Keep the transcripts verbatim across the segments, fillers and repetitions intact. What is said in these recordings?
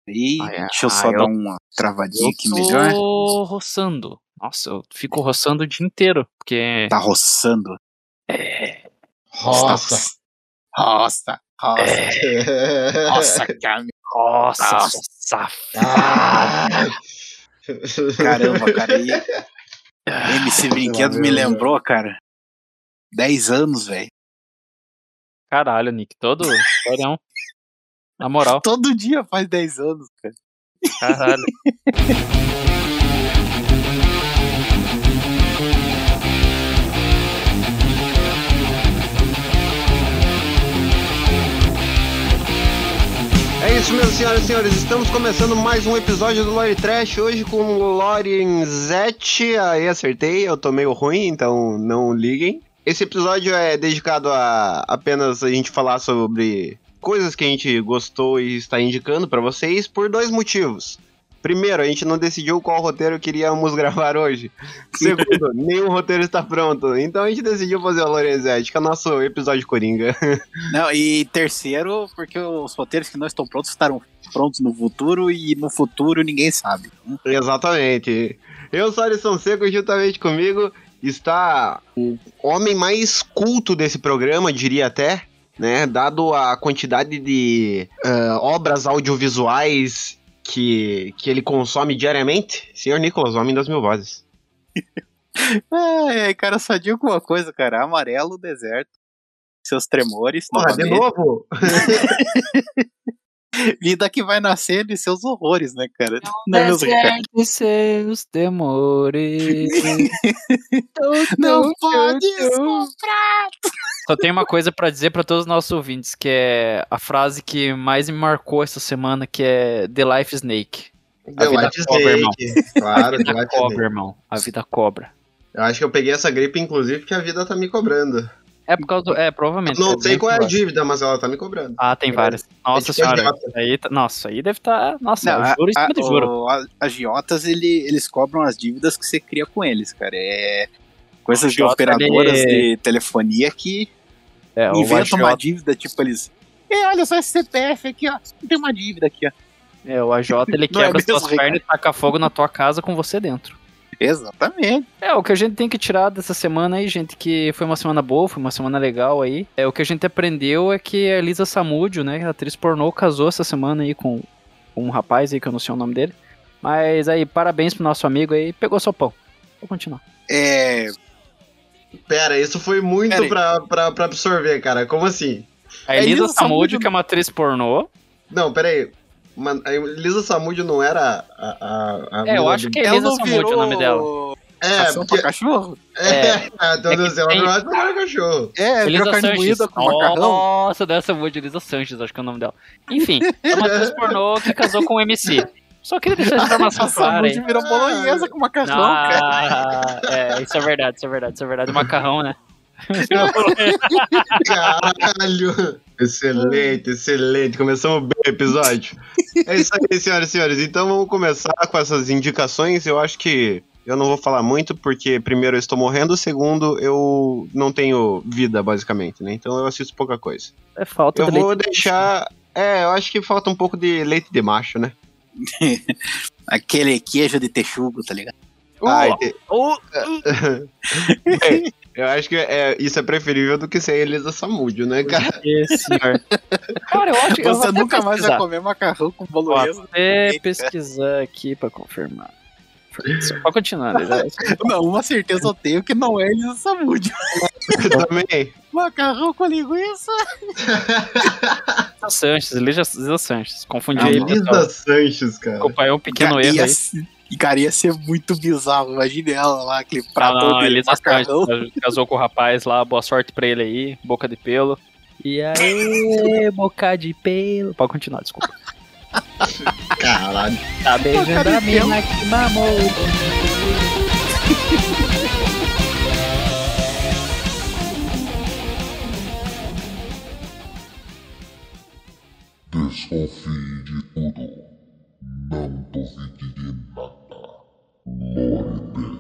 E Ah, é. deixa eu Ah, só eu- dar uma travadinha Eu aqui melhor. tô roçando. Nossa, eu fico roçando o dia inteiro, porque... Tá roçando. É... Roça. Roça, roça. É... Nossa, cara. Nossa, Nossa. sua safada. Ai. Caramba, cara. E M C Brinquedo me lembrou, cara. dez anos, velho. Caralho, Nick, todo... Sério, na moral, Todo dia faz dez anos, cara. caralho. É isso mesmo, senhoras e senhores. Estamos começando mais um episódio do Lore Trash. Hoje com o Lorenzete. Aí acertei, eu tô meio ruim, então não liguem. Esse episódio é dedicado a apenas a gente falar sobre coisas que a gente gostou e está indicando pra vocês por dois motivos. Primeiro, a gente não decidiu qual roteiro queríamos gravar hoje. Segundo, nenhum roteiro está pronto. Então a gente decidiu fazer o Lorenzete, que é o nosso episódio Coringa. Não, e terceiro, porque os roteiros que não estão prontos estarão prontos no futuro e no futuro ninguém sabe. Exatamente. Eu sou Alisson Seco e juntamente comigo está o homem mais culto desse programa, diria até, né? Dado a quantidade de uh, obras audiovisuais que, que ele consome diariamente, senhor Nicolas, o homem das mil vozes. É, cara, só digo uma coisa, cara. Amarelo, deserto. Seus tremores. Porra, de novamente. novo? Vida que vai nascendo e seus horrores, né, cara? Não, é mesmo, cara? de seus temores. Não pode comprar. Só tem uma coisa pra dizer pra todos os nossos ouvintes, que é a frase que mais me marcou essa semana, que é The Life Snake. The A vida Life cobra, irmão. Snake. A Claro, The vida Life cobra, Snake. irmão. A vida cobra. Eu acho que eu peguei essa gripe, inclusive, porque a vida tá me cobrando. É por causa do... É, provavelmente. Não é sei bem qual é a provável. dívida, mas ela tá me cobrando. Ah, tem várias. Nossa É tipo senhora. agiota. Aí, tá- nossa, aí deve estar... Nossa, Não, eu juro em a, cima de juro. o, a, agiotas, ele, eles cobram as dívidas que você cria com eles, cara. É coisas de agiota, operadoras ele- de telefonia que É, o inventam uma agiota, dívida, tipo, eles... É, olha só esse C P F aqui, ó. Tem uma dívida aqui, ó. é, o agiota, ele Não é quebra as mesmo, suas Ricardo? pernas e taca fogo na tua casa com você dentro. Exatamente. É, o que a gente tem que tirar dessa semana aí, gente, que foi uma semana boa, foi uma semana legal aí. É, o que a gente aprendeu é que a Elisa Samúdio, né, a atriz pornô, casou essa semana aí com, com um rapaz aí, que eu não sei o nome dele. Mas aí, parabéns pro nosso amigo aí, pegou seu pão. Vou continuar. É... Pera, isso foi muito Pera aí. pra, pra, pra absorver, cara. Como assim? A É, Elisa Elisa Samúdio, Samúdio- que é uma atriz pornô. Não, pera aí. Mano, a Elisa Samúdio não era a... a, a É, eu mina acho do- que é Ela Elisa não Samúdio virou o nome dela. É, Ação porque... pra cachorro? É, então, É que assim, ela tem- não é pra cachorro. É, virou Elisa carne Sanches. moída com macarrão. Nossa, dessa Samúdio, Elisa Sanches, acho que é o nome dela. Enfim, é uma atriz pornô que casou com o M C. Só queria deixar essa informação A clara aí. Samúdio virou bolonhesa com macarrão, cara. Ah, é, isso é verdade, isso é verdade, isso é verdade. Macarrão, né? Caralho! Excelente, excelente. Começamos bem o episódio. É isso aí, senhoras e senhores. Então vamos começar com essas indicações. Eu acho que eu não vou falar muito, porque primeiro eu estou morrendo, segundo eu não tenho vida, basicamente, né? Então eu assisto pouca coisa. É falta Eu de vou leite. deixar... É, eu acho que falta um pouco de leite de macho, né? Aquele queijo de texugo, tá ligado? Uh, Ai, te- uh, É, eu acho que é, isso é preferível do que ser a Elisa Samúdio, né, cara? esse senhor. Cara, eu acho que eu vou Você até nunca mais vai pesquisar. comer macarrão com Vou bolonhesa. até pesquisar aqui pra confirmar. Só pode continuar, né? Já- Não, uma certeza eu tenho que não é Elisa Samúdio. Também. Macarrão com linguiça. Elisa Sanches, Elisa Elisa Sanches. Confundi Ah, aí, Elisa pessoal. Sanches, cara. Acompanhou um pequeno Cara, erro ia aí. ser- E, cara, ia ser muito bizarro. Imagine ela lá, aquele Ah, prato não, de Elisa macarrão. Sanches casou com o rapaz lá, boa sorte pra ele aí, boca de pelo. E aí, boca de pelo. Pode continuar, desculpa. Caralho. Tá beijando Boca de a mina que mamou. Desconfie de tudo. Não duvide de nada. Lore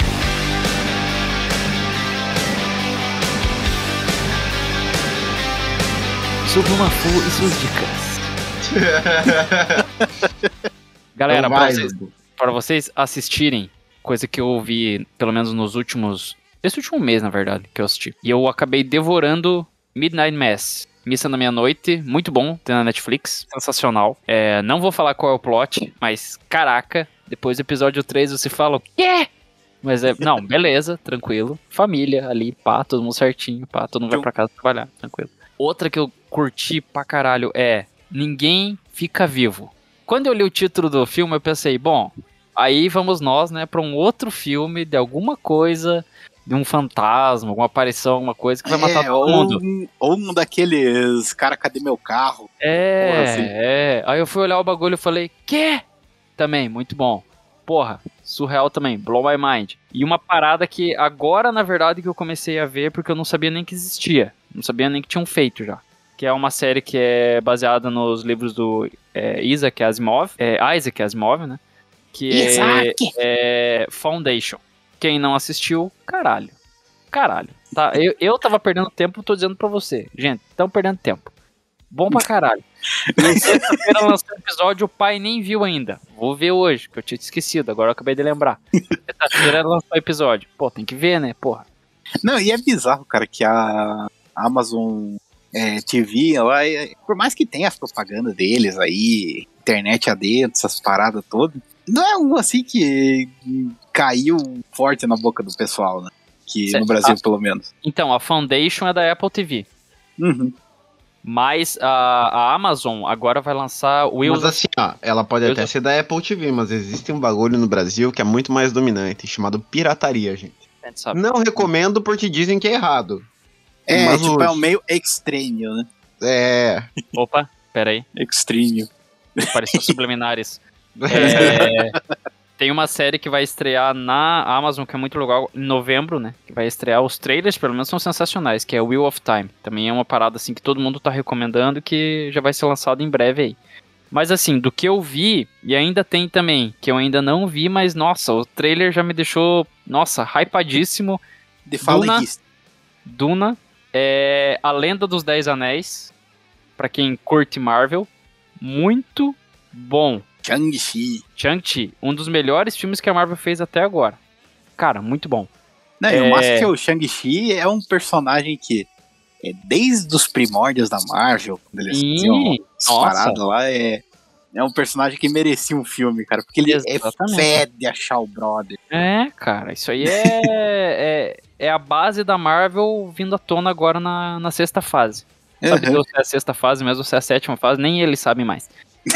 Subumafu e suas dicas. Galera, Então pra vai, vocês, Dudu. pra vocês assistirem, coisa que eu ouvi, pelo menos nos últimos... Esse último mês, na verdade, que eu assisti. E eu acabei devorando Midnight Mass. Missa na Meia-Noite, muito bom, tem na Netflix, sensacional. É, não vou falar qual é o plot, mas caraca, depois do episódio três você fala o quê? Mas é, não, beleza, tranquilo. Família ali, pá, todo mundo certinho, pá, todo mundo vai pra casa trabalhar, tranquilo. Outra que eu curti pra caralho é Ninguém Fica Vivo. Quando eu li o título do filme, eu pensei, bom, aí vamos nós, né, pra um outro filme de alguma coisa... de um fantasma, alguma aparição, alguma coisa que vai matar É, todo ou, mundo. um, ou um daqueles, cara, cadê meu carro? É, Porra, assim. é. Aí eu fui olhar o bagulho e falei, quê? Também, muito bom. Porra, surreal também, blow my mind. E uma parada que agora, na verdade, que eu comecei a ver, porque eu não sabia nem que existia. Não sabia nem que tinham feito já. Que é uma série que é baseada nos livros do é, Isaac Asimov. É, Isaac Asimov, né? Que é, é Foundation. Quem não assistiu, caralho. Caralho. Tá? Eu, eu tava perdendo tempo, tô dizendo pra você. Gente, tão perdendo tempo. Bom pra caralho. E sexta-feira lançou o episódio, o pai nem viu ainda. Vou ver hoje, que eu tinha esquecido, agora eu acabei de lembrar. Sexta-feira lançou o episódio. Pô, tem que ver, né, porra. Não, e é bizarro, cara, que a Amazon é, T V, ela é, por mais que tenha as propagandas deles aí, internet adentro, essas paradas todas, não é um assim que caiu forte na boca do pessoal, né? Que Certo. no Brasil, Ah. pelo menos. Então, a Foundation é da Apple T V. Uhum. Mas a, a Amazon agora vai lançar o Wheels Mas assim, ó, ela pode Wheels até of- ser da Apple T V, mas existe um bagulho no Brasil que é muito mais dominante, chamado pirataria, gente. a gente sabe. Não recomendo porque dizem que é errado. É, Mas tipo, é um hoje- meio extreme, né? É. Opa, pera aí. Extreme. Apareceu subliminares. É, tem uma série que vai estrear na Amazon, que é muito legal, em novembro, né? Que vai estrear, os trailers, pelo menos, são sensacionais, que é Wheel of Time. Também é uma parada, assim, que todo mundo tá recomendando, que já vai ser lançado em breve aí. Mas, assim, do que eu vi, e ainda tem também, que eu ainda não vi, mas, nossa, o trailer já me deixou, nossa, hypadíssimo. De fala Duna- e Hist- Duna, é A Lenda dos Dez Anéis, pra quem curte Marvel, muito bom. Shang-Chi. Shang-Chi, um dos melhores filmes que a Marvel fez até agora. Cara, muito bom. Não, e É. o massa é que o Shang-Chi é um personagem que, é, desde os primórdios da Marvel, quando eles Sim, faziam as nossa. paradas lá, é, é um personagem que merecia um filme, cara, porque ele Exatamente. é fede achar o brother. É, cara, isso aí é, é, é a base da Marvel vindo à tona agora na, na sexta fase. Sabe Uhum. Deus se é a sexta fase mesmo, se é a sétima fase, nem eles sabem mais.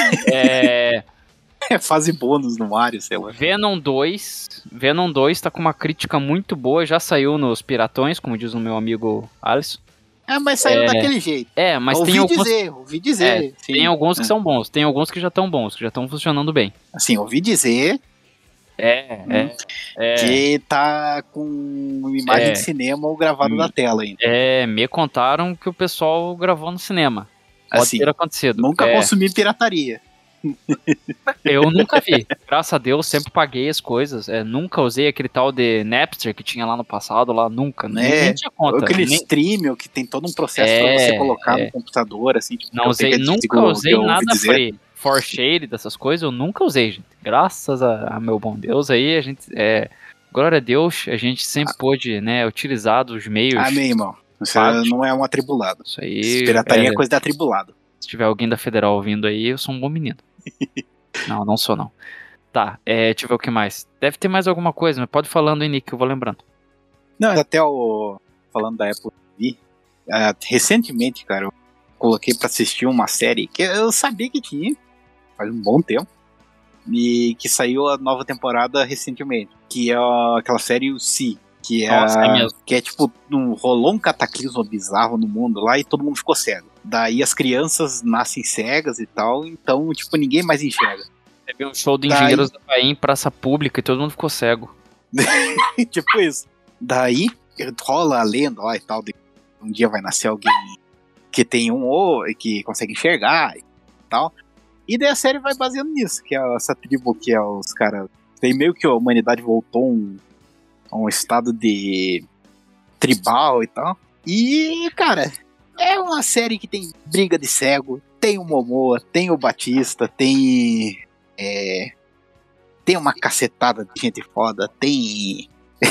É, É fase bônus no Mario, sei lá. Venom dois, Venom dois tá com uma crítica muito boa, já saiu nos Piratões, como diz o meu amigo Alisson. É, mas saiu É, daquele jeito. É, mas ouvi tem alguns, dizer, ouvi dizer. é, sim. tem alguns que É. são bons, tem alguns que já estão bons, que já estão funcionando bem. Assim, ouvi dizer É, é, é. que tá com imagem É. de cinema ou gravado Hum. da tela ainda. É, me contaram que o pessoal gravou no cinema. Pode Assim, ter acontecido. nunca É, consumi pirataria. eu nunca vi. Graças a Deus, sempre paguei as coisas. É, nunca usei aquele tal de Napster que tinha lá no passado, lá nunca. Nem, É, nem tinha Ou conta. aquele Nem- stream que tem todo um processo É, pra você colocar é. no computador, assim. Tipo, não que eu usei, peguei, nunca digo, usei que eu ouvi nada dizer. free. For shade, dessas coisas, eu nunca usei, gente. Graças a, a meu bom Deus aí, a gente. É, glória a Deus, a gente sempre pôde, né, utilizar dos meios. Amém, irmão. Você Pagos. não é um atribulado. Isso aí. Pirataria é é, coisa de atribulado. Se tiver alguém da Federal ouvindo aí, eu sou um bom menino. Não, não sou não. Tá, é, deixa eu ver o que mais. Deve ter mais alguma coisa, mas pode ir falando aí, Nick, que eu vou lembrando. Não, até o. Falando da Apple T V, ah, recentemente, cara, eu coloquei pra assistir uma série que eu sabia que tinha, faz um bom tempo, e que saiu a nova temporada recentemente, que é a- aquela série O Si, que é, Nossa, é mesmo. que é tipo, um, rolou um cataclismo bizarro no mundo lá e todo mundo ficou cego. Daí as crianças nascem cegas e tal, então, tipo, ninguém mais enxerga. Teve um show de Daí- engenheiros da Bahia em praça pública e todo mundo ficou cego. Tipo isso. Daí rola a lenda lá e tal, de um dia vai nascer alguém que tem um olho, que consegue enxergar e tal. E daí a série vai baseando nisso, que é essa tribo que é os caras. Tem meio que a humanidade voltou um, a um estado de tribal e tal. E, cara, é uma série que tem briga de cego, tem o Momoa, tem o Batista, tem. É, tem uma cacetada de gente foda, tem...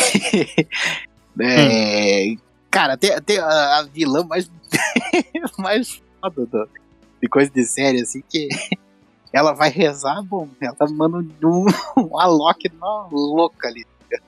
é, hum. Cara, tem, tem a, a vilã mais, mais foda do, de coisa de série, assim, que ela vai rezar, bom, ela tá mandando um, um Alok louca ali.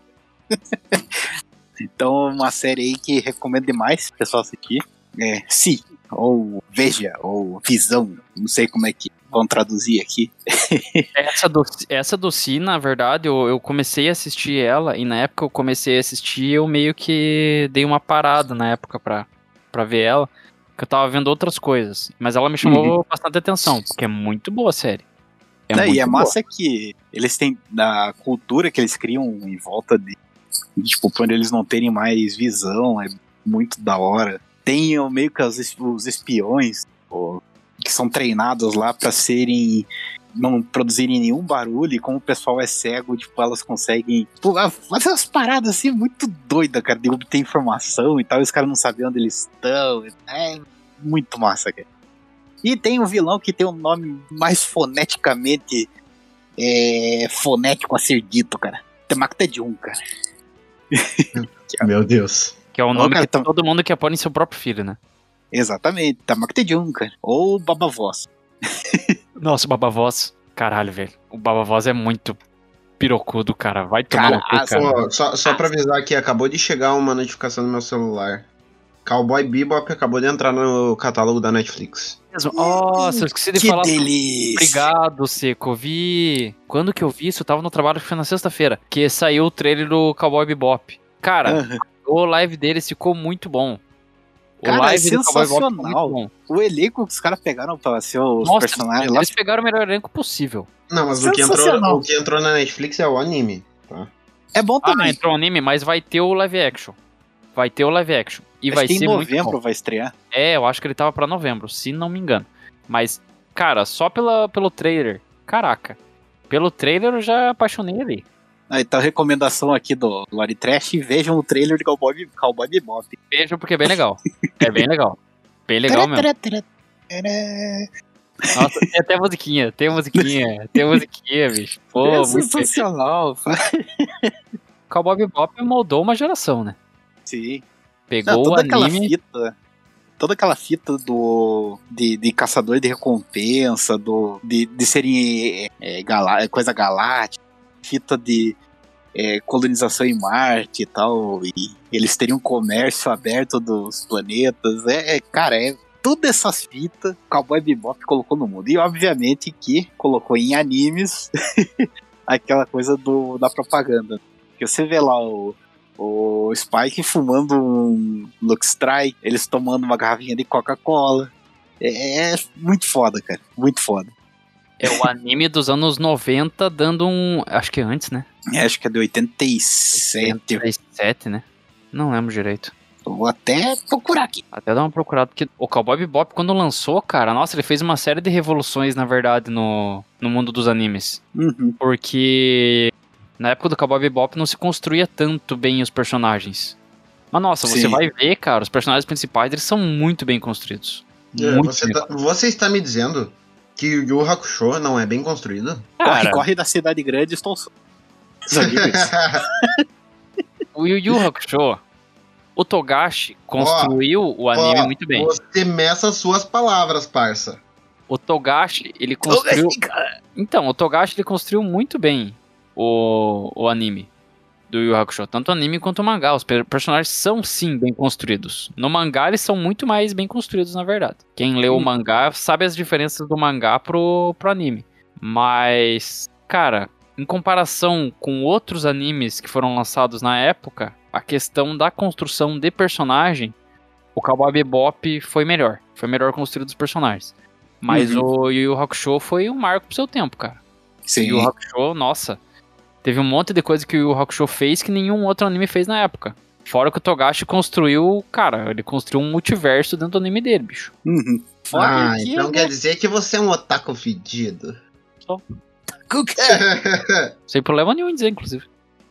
Então, uma série aí que recomendo demais o pessoal assistir. É, sim, ou Veja, ou Visão, não sei como é que vão traduzir aqui. Essa do, essa do Si, na verdade, eu, eu comecei a assistir ela, e na época que eu comecei a assistir, eu meio que dei uma parada na época pra, pra ver ela, que eu tava vendo outras coisas. Mas ela me chamou uhum. bastante atenção, porque é muito boa a série. É Não, e é boa. Massa que eles têm, da cultura que eles criam em volta de, tipo, quando eles não terem mais visão, é muito da hora. Tem meio que os, os espiões, pô, que são treinados lá pra serem, não produzirem nenhum barulho, e como o pessoal é cego, tipo, elas conseguem pô, fazer umas paradas assim muito doidas, cara, de obter informação e tal, e os caras não sabem onde eles estão. É muito massa, cara. E tem um vilão que tem um nome mais foneticamente é, fonético a ser dito, cara. Temakte-jun, cara. Meu Deus. Que é o nome oh, cara, que tá... todo mundo quer pôr em seu próprio filho, né? Exatamente, Temakte-jun, cara. Ou Baba Voz. Nossa, o Baba Voz. Caralho, velho. O Baba Voz é muito pirocudo, cara. Vai tomar no cu, cara. Pô, só, só pra avisar aqui, acabou de chegar uma notificação no meu celular. Cowboy Bebop acabou de entrar no catálogo da Netflix. Nossa, eu esqueci de que falar. Delícia. Obrigado, Seco. Vi. Quando que eu vi isso? Eu tava no trabalho, que foi na sexta-feira. Que saiu o trailer do Cowboy Bebop. Cara, uhum. o live deles ficou muito bom. O cara, live é sensacional. O elenco que os caras pegaram pra ser os Nossa, personagens eles lá. Eles pegaram o melhor elenco possível. Não, mas o que, entrou, o que entrou na Netflix é o anime. Tá? É bom também. Ah, entrou o anime, mas vai ter o live action. Vai ter o live action. E acho vai que ser em novembro muito bom. Vai estrear. É, eu acho que ele tava pra novembro, se não me engano. Mas, cara, só pela, pelo trailer, caraca. Pelo trailer eu já apaixonei ali. Ah, então recomendação aqui do Lore Trash, vejam o trailer de Cowboy, Cowboy Bebop. Vejam porque é bem legal. É bem legal. Bem legal mesmo. Nossa, tem até musiquinha, tem musiquinha, tem musiquinha, bicho. Pô, é muito sensacional. Cowboy Bebop moldou uma geração, né? Sim. Pegou Não, toda o anime... aquela fita, toda aquela fita do de, de caçador de recompensa, do, de, de serem é, galá, coisa galáctica, fita de é, colonização em Marte e tal, e eles teriam um comércio aberto dos planetas, é, é cara, é todas essas fitas Cowboy Bebop colocou no mundo, e obviamente que colocou em animes aquela coisa do, da propaganda, que você vê lá o O Spike fumando um Lux Strike, eles tomando uma garrafinha de Coca-Cola. É, é muito foda, cara. Muito foda. É o anime dos anos noventa dando um... Acho que é antes, né? É, acho que é de oitenta e sete. oitenta e sete, né? Não lembro direito. Eu vou até procurar aqui. Até dar uma procurada, porque o Cowboy Bebop, quando lançou, cara, nossa, ele fez uma série de revoluções, na verdade, no, no mundo dos animes. Uhum. Porque... Na época do Cowboy Bebop não se construía tanto bem os personagens. Mas nossa, Sim. você vai ver, cara, os personagens principais, eles são muito bem construídos. É, muito você, bem tá, construídos. você está me dizendo que o Yu Yu Hakusho não é bem construído? Corre, corre da cidade grande, estou só. O Yu Yu Hakusho, o Togashi construiu oh, o anime oh, muito bem. Você meça suas palavras, parça. O Togashi, ele construiu... Então, o Togashi, ele construiu muito bem O, o anime do Yu Yu Hakusho, tanto o anime quanto o mangá. Os personagens são sim bem construídos. No mangá eles são muito mais bem construídos, na verdade. Quem lê hum. o mangá sabe as diferenças do mangá pro, pro anime. Mas, cara, em comparação com outros animes que foram lançados na época, a questão da construção de personagem, o Cowboy Bebop foi melhor. Foi melhor construído os personagens. Mas uhum. o Yu Yu Hakusho foi um marco pro seu tempo, cara. Sim. O Yu Yu Hakusho, nossa, teve um monte de coisa que o Yu Yu Hakusho fez que nenhum outro anime fez na época. Fora que o Togashi construiu, cara, ele construiu um multiverso dentro do anime dele, bicho. Uhum. Ah, que, então né? Quer dizer que você é um otaku fedido. Só. Sem problema nenhum em dizer, inclusive.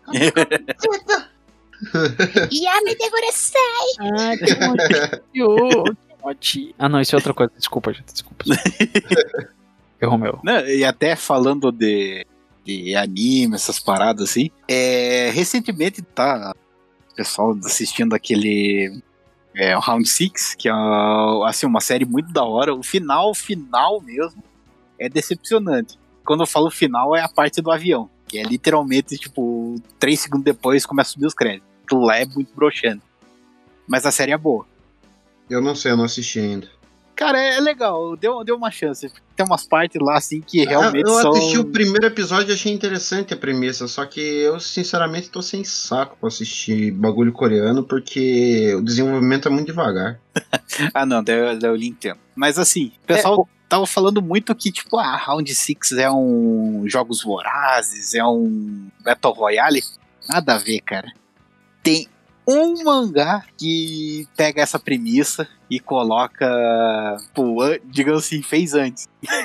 Yame de Gorosei. Ah, que ótimo. Ah, não, isso é outra coisa. Desculpa, gente, desculpa. Errou meu. Não, e até falando de, de anime, essas paradas assim. É, recentemente tá o pessoal assistindo aquele é, o Round Six, que é assim, uma série muito da hora. O final, final mesmo, é decepcionante. Quando eu falo final, é a parte do avião, que é literalmente, tipo, três segundos depois começa a subir os créditos. Aquilo lá é muito broxante. Mas a série é boa. Eu não sei, eu não assisti ainda. Cara, é legal, deu, deu uma chance. Tem umas partes lá, assim, que realmente eu são... Eu assisti o primeiro episódio e achei interessante a premissa, só que eu, sinceramente, tô sem saco pra assistir bagulho coreano, porque o desenvolvimento é muito devagar. Ah, não, daí eu lhe entendo. Mas, assim, o pessoal é, tava falando muito que, tipo, a ah, Round Six é um Jogos Vorazes, é um Battle Royale. Nada a ver, cara. Tem um mangá que pega essa premissa e coloca, pô, digamos assim, fez antes.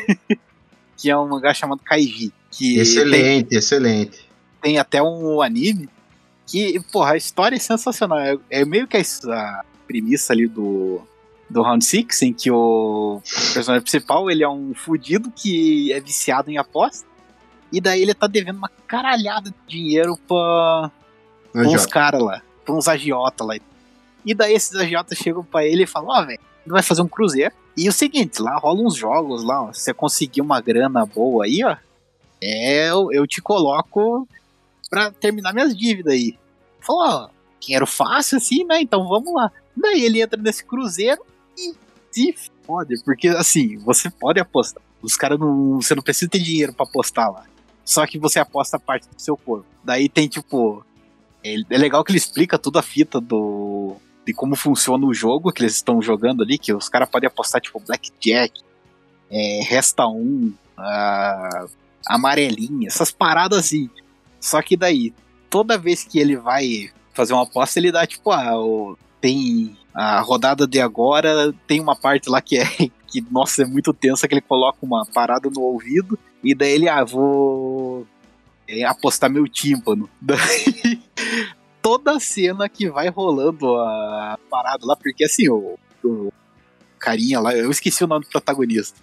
Que é um mangá chamado Kaiji. Que excelente, tem, excelente. Tem até um anime que, porra, a história é sensacional. É, é meio que a, a premissa ali do, do Round Six, em que o personagem principal, ele é um fudido que é viciado em aposta, e daí ele tá devendo uma caralhada de dinheiro pra, pra uns caras lá. Pra uns agiotas lá. E daí esses agiotas chegam pra ele e falam, ó, oh, velho, ele vai fazer um cruzeiro. E o seguinte, lá rola uns jogos lá, ó. Se você conseguir uma grana boa aí, ó, é, eu, eu te coloco pra terminar minhas dívidas aí. Falou, ó, dinheiro fácil assim, né? Então vamos lá. Daí ele entra nesse cruzeiro e se fode. Porque assim, você pode apostar. Os caras não. Você não precisa ter dinheiro pra apostar lá. Só que você aposta parte do seu corpo. Daí tem tipo. É legal que ele explica toda a fita do, de como funciona o jogo que eles estão jogando ali, que os caras podem apostar tipo Blackjack, é, Resta um, a, Amarelinha, essas paradas assim. Só que daí, toda vez que ele vai fazer uma aposta, ele dá tipo, ah, o, tem a rodada de agora, tem uma parte lá que é, que nossa, é muito tensa, que ele coloca uma parada no ouvido, e daí ele, ah, vou... É, apostar meu tímpano. Daí, toda cena que vai rolando a parada lá, porque assim, o, o carinha lá, eu esqueci o nome do protagonista,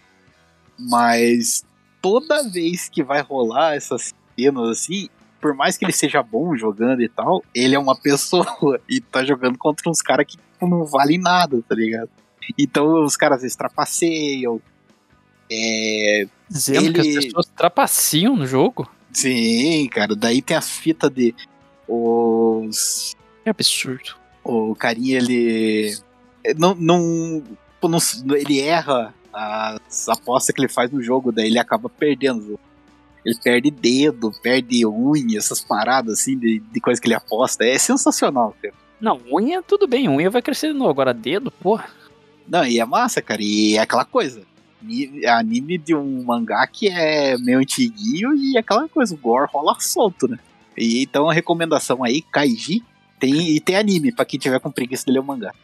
mas toda vez que vai rolar essas cenas assim, por mais que ele seja bom jogando e tal, ele é uma pessoa e tá jogando contra uns caras que não valem nada, tá ligado? Então os caras às vezes trapaceiam. É, Dizendo ele... que as pessoas trapaceiam no jogo? Sim, cara, daí tem as fitas de os... É absurdo. O carinha, ele não, não, não ele erra as apostas que ele faz no jogo, daí ele acaba perdendo. Ele perde dedo, perde unha, essas paradas assim de, de coisa que ele aposta. É sensacional, cara. Não, unha tudo bem, unha vai crescer de novo, agora dedo, porra. Não, e é massa, cara, e é aquela coisa. É anime de um mangá que é meio antiguinho e aquela coisa, o gore rola solto, né? E então a recomendação aí, Kaiji, tem, e tem anime, pra quem tiver com preguiça de ler o mangá.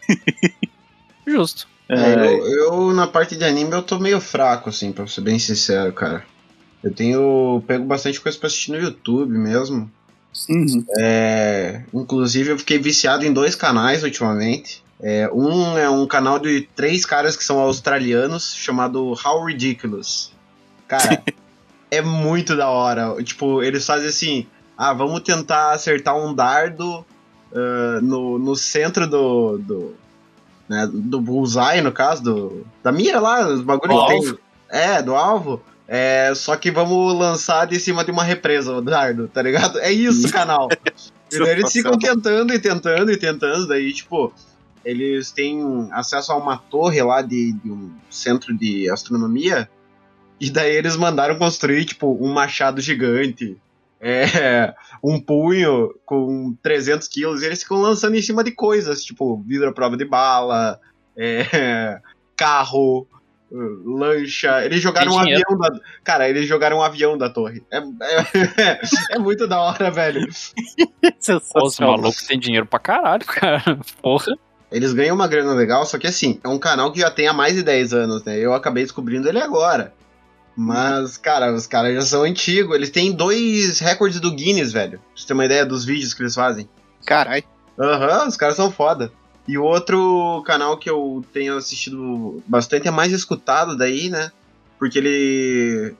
Justo. É, eu, eu, na parte de anime, eu tô meio fraco, assim, pra ser bem sincero, cara. Eu tenho pego bastante coisa pra assistir no YouTube mesmo. Uhum. É, inclusive, eu fiquei viciado em dois canais ultimamente. É, um é um canal de três caras que são australianos, chamado How Ridiculous. Cara, é muito da hora. Tipo, eles fazem assim, ah, vamos tentar acertar um dardo uh, no, no centro do... do, né, do bullseye, no caso, do, da mira lá, os bagulhos que tem. É, do alvo. É, só que vamos lançar de cima de uma represa o dardo, tá ligado? É isso, canal. E daí eles ficam tentando e tentando e tentando, daí, tipo... Eles têm acesso a uma torre lá de, de um centro de astronomia, e daí eles mandaram construir, tipo, um machado gigante, é, um punho com trezentos quilos, e eles ficam lançando em cima de coisas, tipo, vidro à prova de bala, é, carro, lancha. Eles jogaram um avião da... Cara, eles jogaram um avião da torre. É, é, é muito da hora, velho. Pô, os malucos têm dinheiro pra caralho, cara. Porra. Eles ganham uma grana legal, só que assim, é um canal que já tem há mais de dez anos, né? Eu acabei descobrindo ele agora. Mas, cara, os caras já são antigos. Eles têm dois recordes do Guinness, velho. Pra você ter uma ideia dos vídeos que eles fazem. Carai. Aham, uhum, os caras são foda. E o outro canal que eu tenho assistido bastante é mais escutado daí, né? Porque ele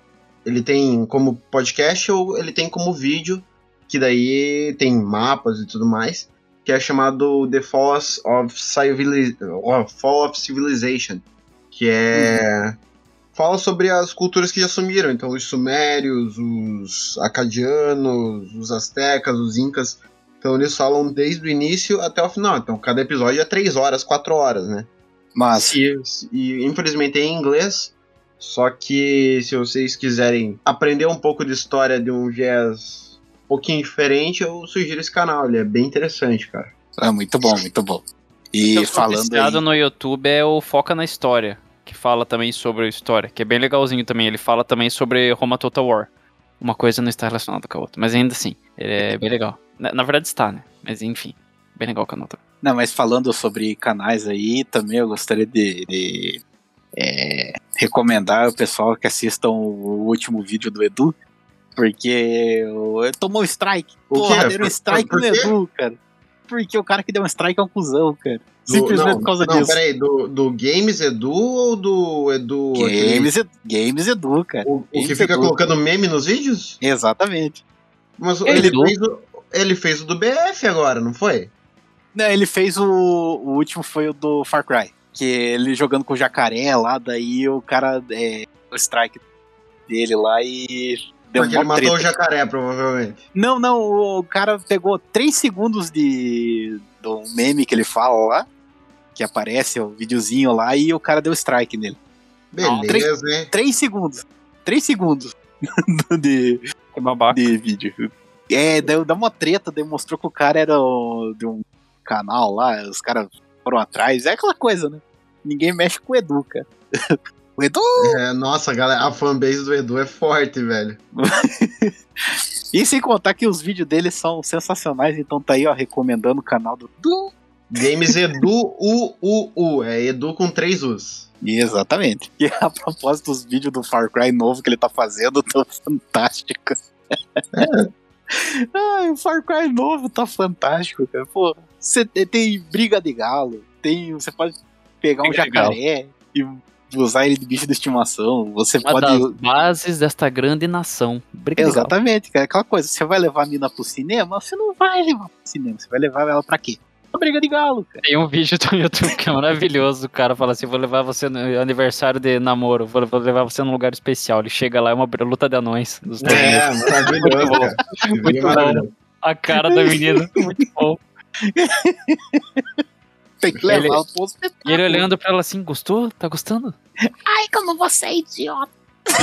ele tem como podcast ou ele tem como vídeo, que daí tem mapas e tudo mais, que é chamado The Fall of, Civili- oh, Fall of Civilization, que é... Uhum. Fala sobre as culturas que já sumiram, então os sumérios, os acadianos, os astecas, os incas. Então eles falam desde o início até o final. Então cada episódio é três horas, quatro horas, né? Mas... E, e infelizmente é em inglês, só que se vocês quiserem aprender um pouco de história de um viés um pouquinho diferente, eu sugiro esse canal, ele é bem interessante, cara. É muito bom, muito bom. E eu falando aí... no YouTube é o Foca na História, que fala também sobre a história, que é bem legalzinho também. Ele fala também sobre Roma Total War. Uma coisa não está relacionada com a outra, mas ainda assim, ele é bem legal. Na, na verdade está, né? Mas enfim, bem legal o canal também. Não, mas falando sobre canais aí, também eu gostaria de, de é, recomendar o pessoal que assistam o último vídeo do Edu, porque ele tomou strike. O Porra, quê? deram um strike Por- por no quê? Edu, cara. Porque o cara que deu um strike é um cuzão, cara. Do- Simplesmente não, por causa não, disso. peraí, do, do Games Edu ou do Edu... Games, Edu, Games Edu, cara. aquele- o, o Games que fica Edu. colocando meme nos vídeos? Exatamente. Mas Ele ele, do- fez o, ele fez o do B F agora, não foi? Não, ele fez o, o último foi o do Far Cry, que ele jogando com o jacaré lá, daí o cara é, o strike dele lá e deu Porque uma ele matou treta. o jacaré, provavelmente. Não, não, o cara pegou três segundos de do meme que ele fala lá, que aparece o videozinho lá, e o cara deu strike nele. Beleza, hein? três segundos. três segundos de, Que babaca. de vídeo. É, deu, deu uma treta, demonstrou que o cara era o- de um canal lá, os caras foram atrás, é aquela coisa, né? Ninguém mexe com o Edu, cara. O Edu! É, nossa, galera, a fanbase do Edu é forte, velho. E sem contar que os vídeos dele são sensacionais, então tá aí, ó, recomendando o canal do Edu. Games Edu U U U, é Edu com três U's. Exatamente. E a propósito dos vídeos do Far Cry novo que ele tá fazendo, tão fantástico. Ai, o Far Cry novo tá fantástico, cara. Pô, você tem briga de galo, tem, você pode pegar um Briga de jacaré e usar ele de bicho de estimação. Você Uma pode. das bases desta grande nação. Briga de galo. Exatamente, cara. Aquela coisa, você vai levar a mina pro cinema, você não vai levar pro cinema, você vai levar ela pra quê? Pra briga de galo, cara. Tem um vídeo do YouTube que é maravilhoso. O cara fala assim: vou levar você no aniversário de namoro, vou, vou levar você num lugar especial. Ele chega lá, é uma luta de anões dos Estados Unidos. É, maravilhoso, Muito bom. cara. Muito Muito bom. maravilhoso. A cara da menina, muito bom. Tem que levar Ele- ela pro hospital. E ele olhando pra ela assim: gostou? Tá gostando? Ai, como você é idiota.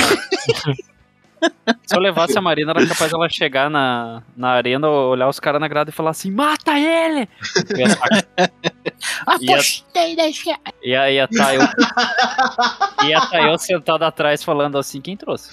Se eu levasse a Marina, era capaz dela chegar na, na arena, olhar os caras na grada e falar assim: mata ele! Ia tá- Ia- Apostei, deixa. Ia ia tá eu. Ia tá eu sentado atrás falando assim: quem trouxe?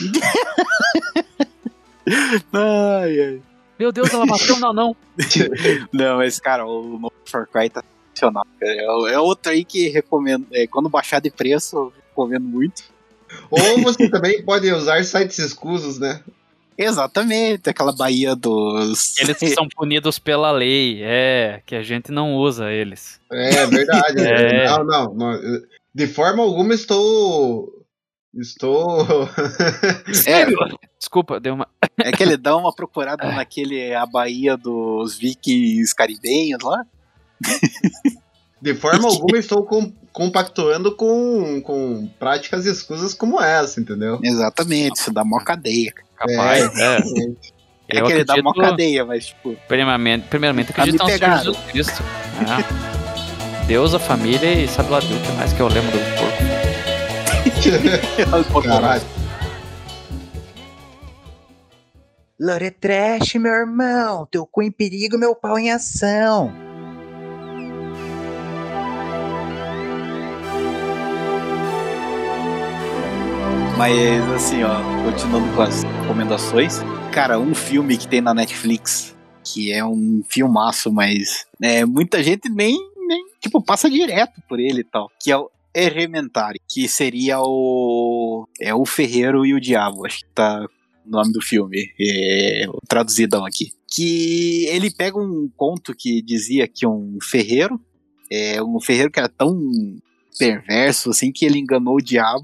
Ai, ai. Meu Deus, ela bateu no anão. Não, mas, cara, o novo Far Cry tá sensacional. cara. É, é outro aí que recomendo. É, quando baixar de preço, eu recomendo muito. Ou você também pode usar sites escusos, né? Exatamente, aquela Bahia dos. Eles são punidos pela lei, é, que a gente não usa eles. É verdade. É. Não, não, não. eu- De forma alguma estou. Estou. É, Desculpa, deu uma. é que ele dá uma procurada naquele a Bahia dos vikings caribenhos lá. De forma alguma estou com- compactuando com, com práticas escusas como essa, entendeu? Exatamente, isso dá mó cadeia. Capaz, é. É Eu que ele dá mó acredito- cadeia, mas tipo. Primeiramente, primeiramente Tá me acredito no Senhor pegado. Jesus Cristo. Ah. Deus, a família e sabe lá Deus o que mais que eu lembro do porco. Caralho. Lore Trash, meu irmão. Teu cu em perigo, meu pau em ação. Mas assim, ó, continuando com as recomendações. Cara, um filme que tem na Netflix, que é um filmaço, mas é, muita gente nem, nem tipo, passa direto por ele e tal. Que é o Elementary, que seria o. É o Ferreiro e o Diabo, acho que tá o nome do filme, é, traduzidão aqui. Que ele pega um conto que dizia que um ferreiro, é um ferreiro que era tão perverso assim que ele enganou o diabo.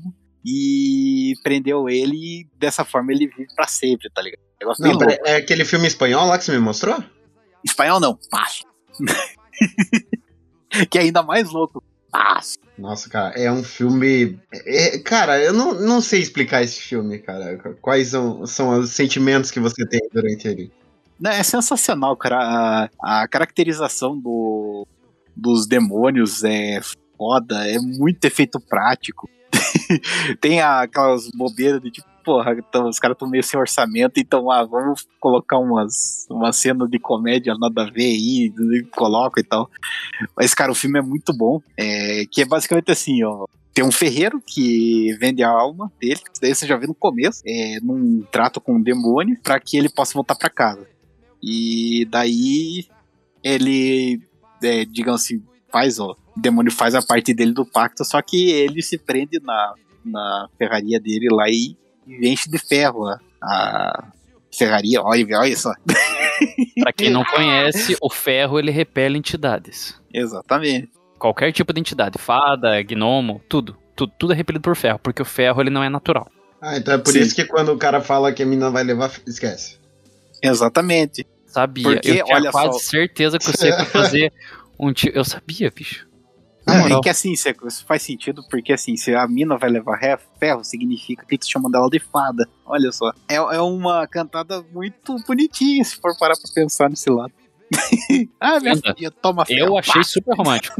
e prendeu ele e dessa forma ele vive pra sempre, tá ligado? Negócio Não, bem louco. é aquele filme espanhol lá que você me mostrou? Espanhol não, passo. Que é ainda mais louco. Passo. Nossa, cara, é um filme... é- cara, eu não, não sei explicar esse filme, cara. Quais são, são os sentimentos que você tem durante ele. Não, é sensacional, cara. A, a caracterização do, dos demônios é foda, é muito efeito prático. Tem a- aquelas bobeiras de tipo, porra, então, os caras estão meio sem orçamento, então, ah, vamos colocar umas, uma cena de comédia nada a ver aí, e coloca e tal. Mas, cara, o filme é muito bom, é, que é basicamente assim, ó. Tem um ferreiro que vende a alma dele, isso daí você já viu no começo, é, num trato com um demônio, pra que ele possa voltar pra casa. E daí ele, é, digamos assim, faz, ó, o demônio faz a parte dele do pacto, só que ele se prende na, na ferraria dele lá e, e enche de ferro a, a ferraria, olha, olha só. Pra quem não conhece, o ferro ele repele entidades. Exatamente. Qualquer tipo de entidade, fada, gnomo, tudo. Tudo, tudo é repelido por ferro, porque o ferro ele não é natural. Ah, então é por Sim. isso que quando o cara fala que a mina vai levar, esquece. Exatamente. Sabia. Porque, eu tinha olha quase só- certeza que você ia fazer um tio. Eu sabia, bicho. Na É, moral. que assim, isso é- isso faz sentido, porque assim, se a mina vai levar re- ferro, significa que eles chamam dela de fada. Olha só. É, é uma cantada muito bonitinha, se for parar pra pensar nesse lado. Ah, minha Ainda. filha, toma ferro. Eu achei pá. super romântico.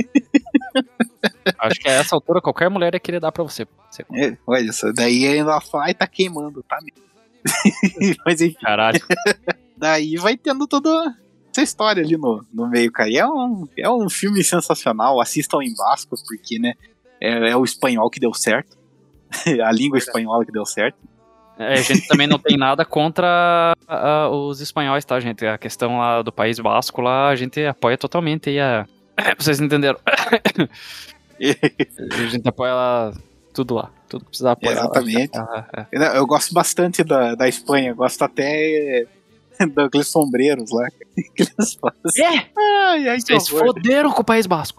Acho que a essa altura qualquer mulher ia querer dar pra você. Você- É, olha só, daí ela fala, ai, tá queimando, tá mesmo. Mas enfim, Caralho. daí vai tendo toda essa história ali no, no meio, cara. E é um, é um filme sensacional, assistam em basco, porque, né, é, é o espanhol que deu certo. A língua espanhola que deu certo. É, a gente também não tem nada contra ah, os espanhóis, tá, gente? A questão lá do País Basco, lá, a gente apoia totalmente aí a... Vocês entenderam? A gente apoia lá, tudo lá. Tudo que precisar apoiar. Exatamente. Ah, é. Eu, eu gosto bastante da, da Espanha, gosto até daqueles sombreiros lá que eles fazem. É, Ai, ai, que vocês horror. foderam com o País Basco.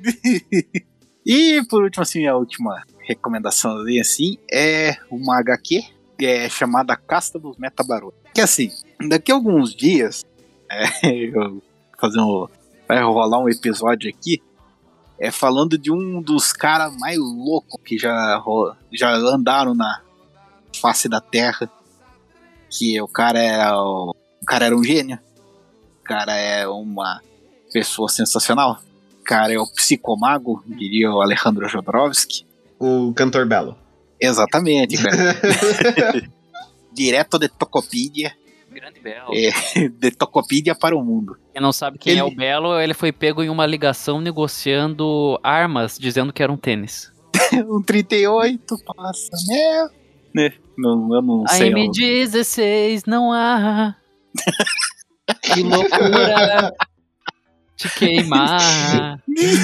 E por último, assim, a última recomendação ali, assim, é uma agá quê que é chamada Casta dos Metabarões. Que assim, daqui a alguns dias, é, eu vou fazer um, vai rolar um episódio aqui, é falando de um dos caras mais loucos que já, ro- já andaram na face da Terra, que o cara é o, o cara era um gênio, o cara é uma pessoa sensacional, o cara é o psicomago, diria o Alejandro Jodorowsky. O cantor belo. Exatamente, cara. Direto de Tokopedia, Grande Belo. é, de Tokopedia para o mundo. Quem não sabe quem Ele- é o Belo, ele foi pego em uma ligação negociando armas, dizendo que era um tênis. Um trinta e oito passa, né? né? Não, eu não A sei. M eu- dezesseis não há. Que loucura te queimar.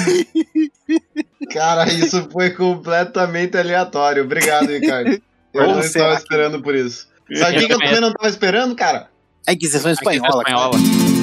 Cara, isso foi completamente aleatório. Obrigado, Ricardo. Eu Ou não será estava que- esperando por isso. Sabe o que, que eu também não estava esperando, cara? A Inquisição Espanhola. Espanhola.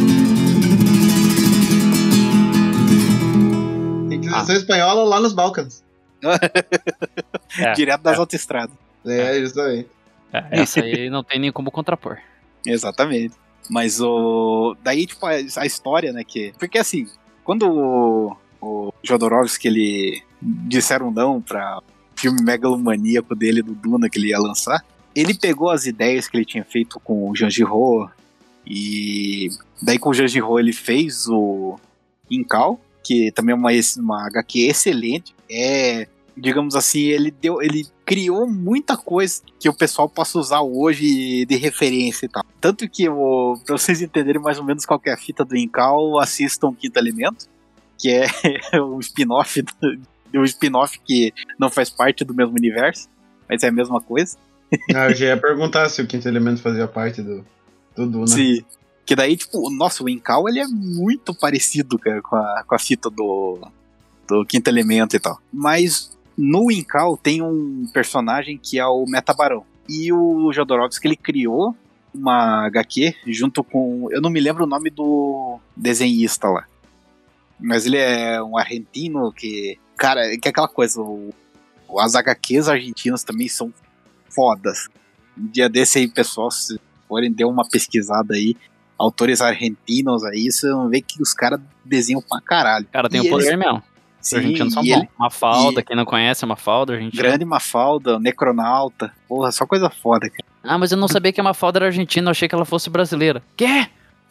Inquisição espanhola lá nos Balcãs. É, Direto das autoestradas. É, justamente. É, essa aí não tem nem como contrapor. Exatamente. Mas o. Daí, tipo, a, a história, né? Que... Porque assim, quando o, o Jodorowsky ele disseram não pra filme megalomaníaco dele do Duna que ele ia lançar, ele pegou as ideias que ele tinha feito com o Jean Giraud e daí com o Jean Giraud ele fez o Incal, que também é uma, uma agá quê excelente. É, digamos assim, ele deu, ele criou muita coisa que o pessoal possa usar hoje de referência e tal. Tanto que, o, pra vocês entenderem mais ou menos qual que é a fita do Incal, assistam o Quinto Elemento, que é um spin-off do, um spin-off que não faz parte do mesmo universo, mas é a mesma coisa. Ah, eu já ia perguntar se o Quinto Elemento fazia parte do, do Duna. Sim. Que daí, tipo, nossa, o Incal, ele é muito parecido, cara, com a, com a fita do, do Quinto Elemento e tal. Mas no Incal tem um personagem que é o Metabarão. E o Jodorowsky, ele criou uma agá quê junto com... Eu não me lembro o nome do desenhista lá. Mas ele é um argentino que... Cara, que é aquela coisa... O, as H Qs argentinas também são fodas. Um dia desse aí, pessoal, se forem, dê uma pesquisada aí, autores argentinos aí, vocês vão ver que os caras desenham pra caralho. Cara, tem E o poder eles- mesmo. Os Sim, argentinos são e bons. ele- Mafalda, e- quem não conhece, é Mafalda, argentino. Grande Mafalda, Necronauta, porra, só coisa foda, cara. Ah, mas eu não sabia que a Mafalda era argentina, eu achei que ela fosse brasileira. Quê?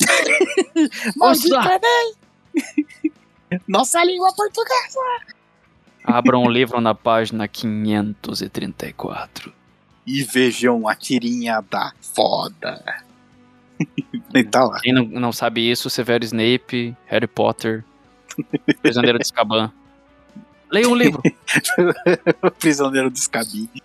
Maldita Nossa! bem! Nossa língua portuguesa! Abram o livro na página quinhentos e trinta e quatro. E vejam a tirinha da foda. E tá lá. Quem não, não sabe isso, Severo Snape, Harry Potter, Prisioneiro de Azkaban. Leia um livro. O prisioneiro descabido.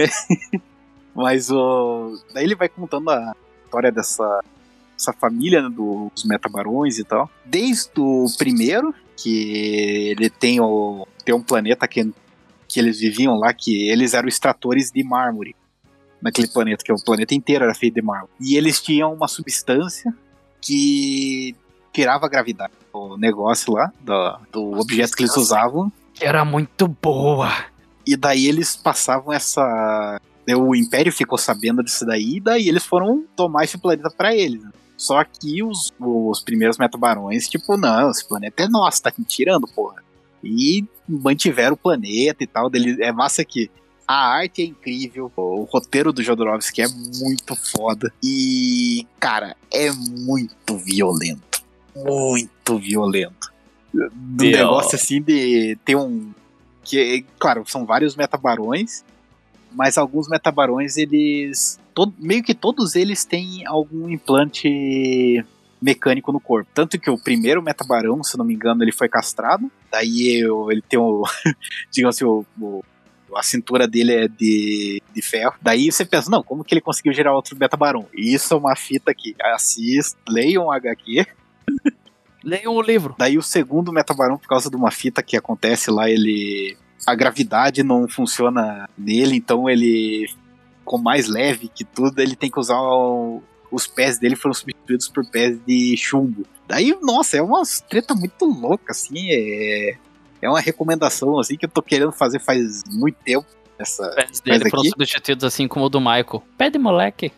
Mas o. Daí ele vai contando a história dessa, dessa família, né, dos metabarões e tal. Desde o primeiro, que ele tem, o, tem um planeta que, que eles viviam lá, que eles eram extratores de mármore. Naquele planeta, que o planeta inteiro era feito de mármore. E eles tinham uma substância que tirava a gravidade. O negócio lá, do, do objeto que eles usavam. Era muito boa. E daí eles passavam essa. O Império ficou sabendo disso daí, e daí eles foram tomar esse planeta pra eles. Né? Só que os, os primeiros metabarões, tipo, não, esse planeta é nosso, tá me tirando, porra. E mantiveram o planeta e tal. Dele, é massa que a arte é incrível, o roteiro do Jodorowsky é muito foda. E, cara, é muito violento. Muito violento. Do Meu. negócio assim de ter um. Que, claro, são vários metabarões, mas alguns metabarões, eles. Todo, meio que todos eles têm algum implante mecânico no corpo. Tanto que o primeiro metabarão, se não me engano, ele foi castrado. Daí eu, ele tem o. digamos assim, o, o, a cintura dele é de, de ferro. Daí você pensa, não, como que ele conseguiu gerar outro metabarão? Isso é uma fita que assista, leiam um H Q. Leiam o livro. Daí o segundo metabarão, por causa de uma fita que acontece lá, ele. A gravidade não funciona nele, então ele ficou mais leve que tudo, ele tem que usar o, os pés dele foram substituídos por pés de chumbo. Daí, nossa, é uma treta muito louca, assim, é, é uma recomendação, assim, que eu tô querendo fazer faz muito tempo. Essa, Os pés dele Mas foram aqui- substituídos assim como o do Michael. Pé de moleque.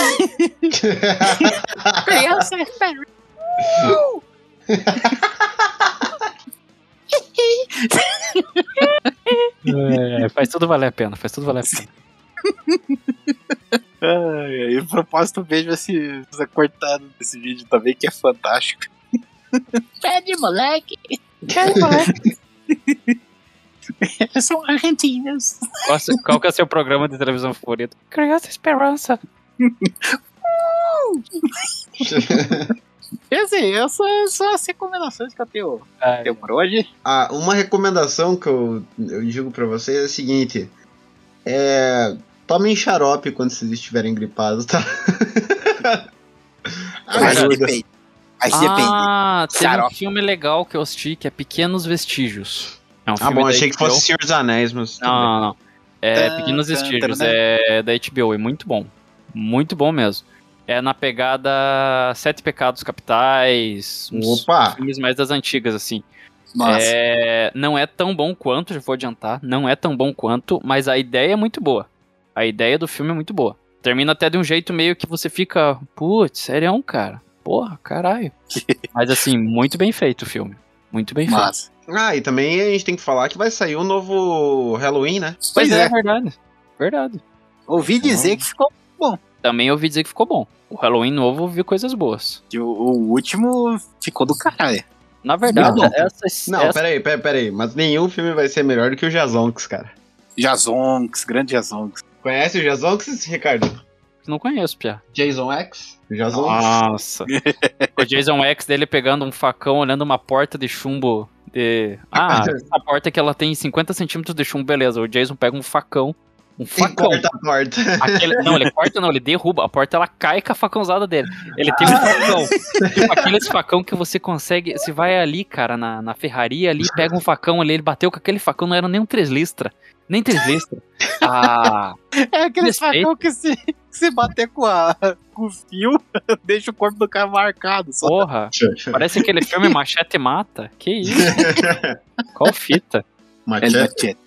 Criança, espera. É, faz tudo valer a pena, faz tudo valer a pena. Ai, ai, a propósito, vejo esse, esse cortado desse vídeo também, que é fantástico. Pé de moleque. Pé de moleque. São argentinos. Qual, qual que é o seu programa de televisão favorito? Criança Esperança. Assim, essas são as recomendações que eu tenho, Ai, tenho por hoje. Ah, uma recomendação que eu, eu digo pra vocês é a seguinte: é, tomem xarope quando vocês estiverem gripados, tá? Mas Ajuda. depende. Mas depende. Ah, teve um Xarope. filme legal que eu assisti, que é Pequenos Vestígios. É um Ah, filme bom, da achei que H B O. fosse Senhor dos Anéis, mas. tudo Não, bem. não, não. É Tan, Pequenos tan, Vestígios, tan, é da H B O, é muito bom. Muito bom mesmo. É na pegada Sete Pecados Capitais, uns Opa! filmes mais das antigas, assim. Nossa. É, não é tão bom quanto, já vou adiantar, não é tão bom quanto, mas a ideia é muito boa. A ideia do filme é muito boa. Termina até de um jeito meio que você fica, putz, serião, cara. Porra, caralho. Mas assim, muito bem feito o filme. Muito bem feito. Mas, Ah, e também a gente tem que falar que vai sair um novo Halloween, né? Pois pois é, é. verdade. Verdade. ouvi dizer que ficou Também ouvi dizer que ficou bom. O Halloween novo eu vi coisas boas. que o, o último ficou do caralho. Na verdade, Não. essas, Não, essas- peraí, peraí, peraí. Mas nenhum filme vai ser melhor do que o Jazonks, cara. Jazonks, grande Jazonks. Conhece o Jazonks, Ricardo? não conheço, Pia. Jason X? O Jazonks? Nossa. O Jason X dele pegando um facão, olhando uma porta de chumbo de... Ah, a porta que ela tem cinquenta centímetros de chumbo, beleza. O Jason pega um facão, um E facão. corta a porta. Aquele- não, ele corta não, ele derruba. A porta ela cai com a facãozada dele. Ele tem um facão. Tipo aqueles facão que você consegue. Você vai ali, cara, na, na ferraria ali, pega um facão ali. Ele bateu com aquele facão, não era nem um três listra. Nem três listra. Ah, É aquele Respeito. facão que se, que se bater com, a, com o fio, deixa o corpo do cara marcado. Só. porra. Parece aquele filme Machete Mata. Que isso? Qual fita? É Machete. machete.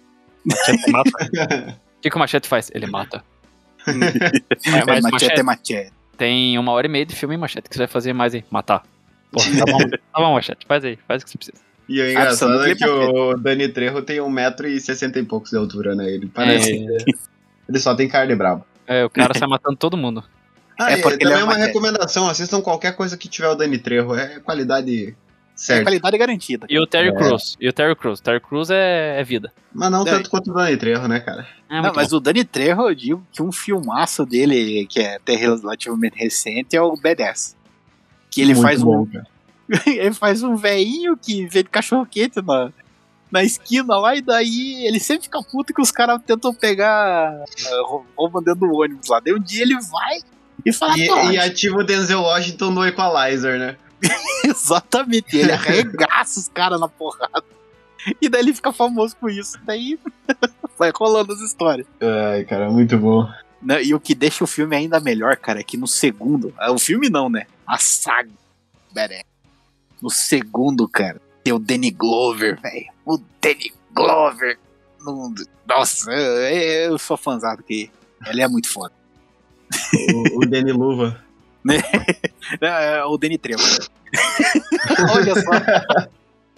Machete mata. O que, que o Machete faz? Ele mata. Mas, É, mas machete Machete, é machete. tem uma hora e meia de filme, Machete, que você vai fazer mais aí. Matar. Porra, tá bom, tá bom, Machete. Faz aí, faz o que você precisa. E o engraçado é Absolutely que o Dani Trejo tem um metro e sessenta e poucos de altura, né? Ele parece É. que ele só tem carne brava. É, o cara sai matando todo mundo. Ah, É é porque ele também é é uma uma- recomendação, assistam qualquer coisa que tiver o Dani Trejo, é qualidade É certa. qualidade garantida. E o Terry É. Crews. E o Terry Crews. Terry Crews é, é vida. Mas não É. tanto quanto o Dani Trejo, né, cara? É Não, muito mas bom. o Dani Trejo, eu digo que um filmaço dele, que é até relativamente recente, é o Badass. Que ele Muito faz bom, um. cara. Ele faz um velhinho que vende cachorro-quente na, na esquina lá, e daí ele sempre fica puto que os caras tentam pegar uh, rou- roubam dentro do ônibus lá. Daí um dia ele vai e fala, "Pô, E, e ativa o Denzel Washington no Equalizer, né? exatamente, ele arregaça os caras na porrada. E daí ele fica famoso com isso. Daí vai rolando as histórias. Ai, cara, muito bom. Né, e o que deixa o filme ainda melhor, cara, é que no segundo. ah, O filme não, né? A saga. Badass. No segundo, cara, tem o Danny Glover, velho. O Danny Glover. No- Nossa, eu, eu sou fãzado que ele é muito foda. O, o Danny Luva. É, é o Danny Trejo. Olha só.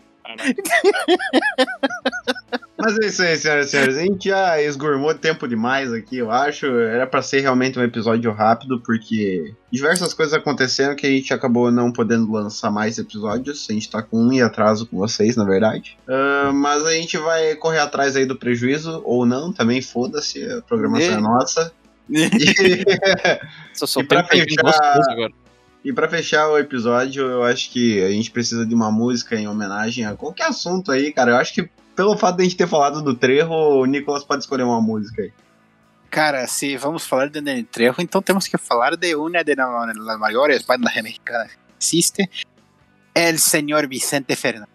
Mas é isso aí, senhoras e senhores. A gente já esgurmou tempo demais aqui, eu acho. Era pra ser realmente um episódio rápido, porque diversas coisas aconteceram que a gente acabou não podendo lançar mais episódios. A gente tá com um em atraso com vocês, na verdade. Ah, mas a gente vai correr atrás aí do prejuízo, ou não, também foda-se, a programação é, É. nossa. E, Só, só E tem pra um peidinho fechar- gostoso agora. e pra fechar o episódio, eu acho que a gente precisa de uma música em homenagem a qualquer assunto aí, cara. Eu acho que pelo fato de a gente ter falado do Trejo, o Nicolas pode escolher uma música aí. Cara, se vamos falar de Danny Trejo, então temos que falar de uma de las maiores bandas mexicanas que existe, el señor Vicente Fernández.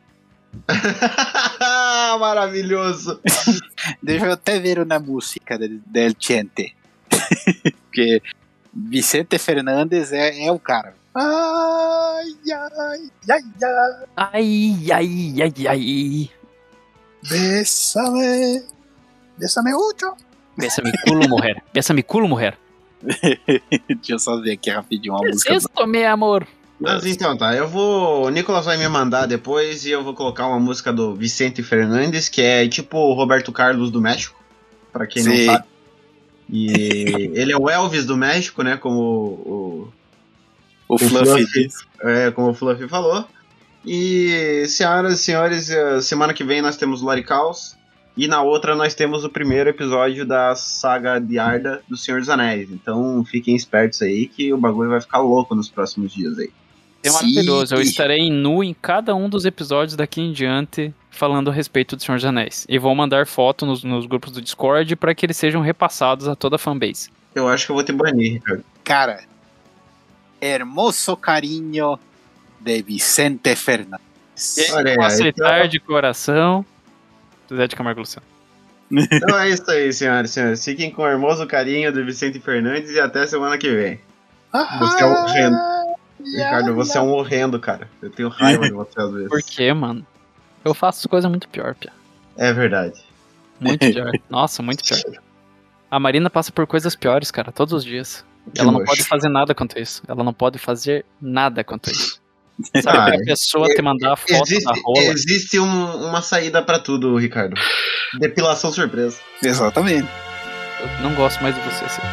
Maravilhoso! Deixa eu até ver uma música del, del Chente. Porque Vicente Fernandes é, é o cara. Ai, ai, ai, ai. Ai, ai, ai, ai. Bésame. Bésame mucho. Pensa mi culo, mulher. Pensa mi culo, mulher. Deixa eu só ver aqui rapidinho uma música. Isso, meu amor. Mas então tá, eu vou. O Nicolas vai me mandar depois e eu vou colocar uma música do Vicente Fernandes, que é tipo o Roberto Carlos do México, pra quem Sim. não sabe. E ele é o Elvis do México, né? Como o, O Fluffy Fluffy. diz. É, como o Fluffy falou. E, senhoras e senhores, eh, semana que vem nós temos Loricaus. E na outra nós temos o primeiro episódio da saga de Arda do Senhor dos Anéis. Então fiquem espertos aí que o bagulho vai ficar louco nos próximos dias aí. É maravilhoso. Eu estarei nu em cada um dos episódios daqui em diante falando a respeito do Senhor dos Anéis. E vou mandar foto nos, nos grupos do Discord para que eles sejam repassados a toda a fanbase. Eu acho que eu vou te banir, Ricardo. Cara, hermoso carinho de Vicente Fernandes. Olha aí, Com aceitar então- de coração. Zé de Camargo Luciano. Então é isso aí, senhoras e senhores. Fiquem com o hermoso carinho do Vicente Fernandes e até semana que vem. Você é horrendo. Ricardo, você é um horrendo, cara. Eu tenho raiva de você às vezes. Por quê, mano? Eu faço coisa muito pior, Pia. É verdade. Muito pior. Nossa, muito pior. A Marina passa por coisas piores, cara, todos os dias. Que Ela não nojo. pode fazer nada quanto isso. Ela não pode fazer nada quanto isso. Sabe, Ah, a pessoa te mandar a foto Existe, da rola. existe um- uma saída pra tudo, Ricardo. Depilação surpresa. Exatamente. Eu não gosto mais de você, Cico.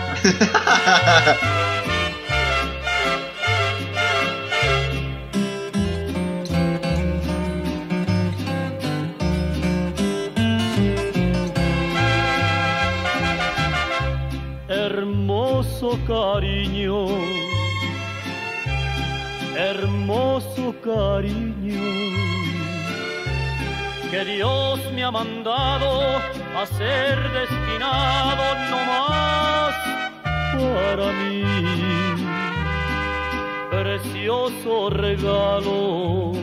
Hermoso cariño, hermoso cariño, que Dios me ha mandado a ser destinado no más para mí. Precioso regalo,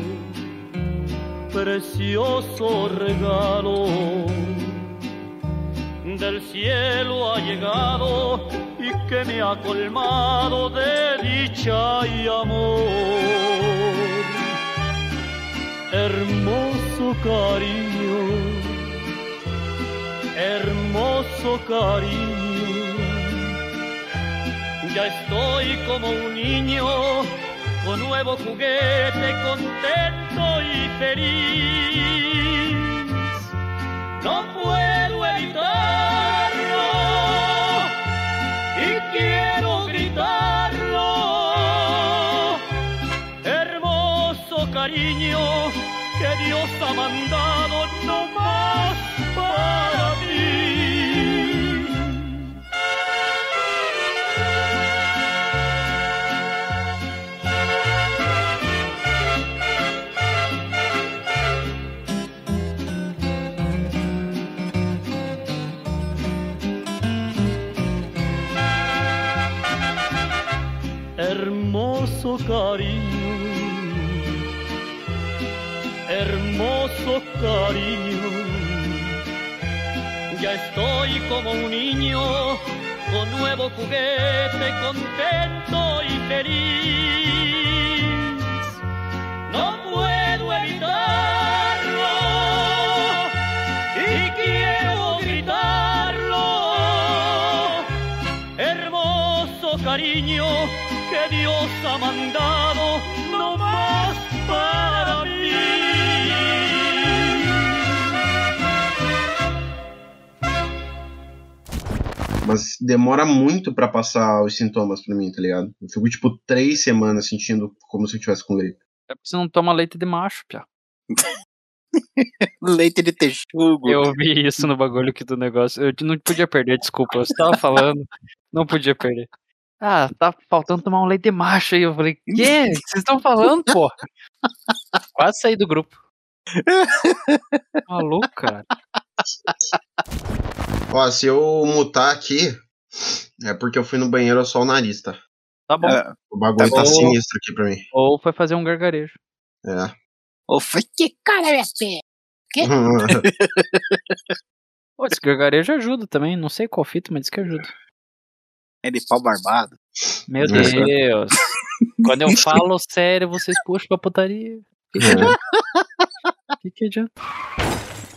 precioso regalo. Del cielo ha llegado y que me ha colmado de dicha y amor. Hermoso cariño, hermoso cariño. Ya estoy como un niño con nuevo juguete, contento y feliz. No puedo evitarlo y quiero gritarlo. Hermoso cariño que Dios ha mandado no más para ti. Hermoso cariño, hermoso cariño, ya estoy como un niño con nuevo juguete, contento y feliz. No puedo evitarlo y quiero gritarlo. Hermoso cariño que Dios ha mandado no más para mí. Mas demora muito pra passar os sintomas pra mim, tá ligado? Eu fico, tipo, três semanas sentindo como se eu tivesse com gripe. É porque você não toma leite de macho, piá. Leite de texugo. Eu vi isso no bagulho aqui do negócio. Eu não podia perder, desculpa. Você tava falando, não podia perder. Ah, tá faltando tomar um leite de macho aí. Eu falei, quê? O que vocês estão falando, pô? Quase saí do grupo. Maluco, cara. Ó, se eu mutar aqui, é porque eu fui no banheiro só o nariz, tá? Tá bom. É, O bagulho Tá tá bom. sinistro aqui pra mim. Ou foi fazer um gargarejo. É. Ou foi Que cara é esse? Pô, esse gargarejo ajuda também. Não sei qual fita, mas diz que ajuda. é de pau barbado. Meu Nossa. Deus. Quando eu falo sério, vocês puxam pra putaria. O que, que adianta? O que, que adianta?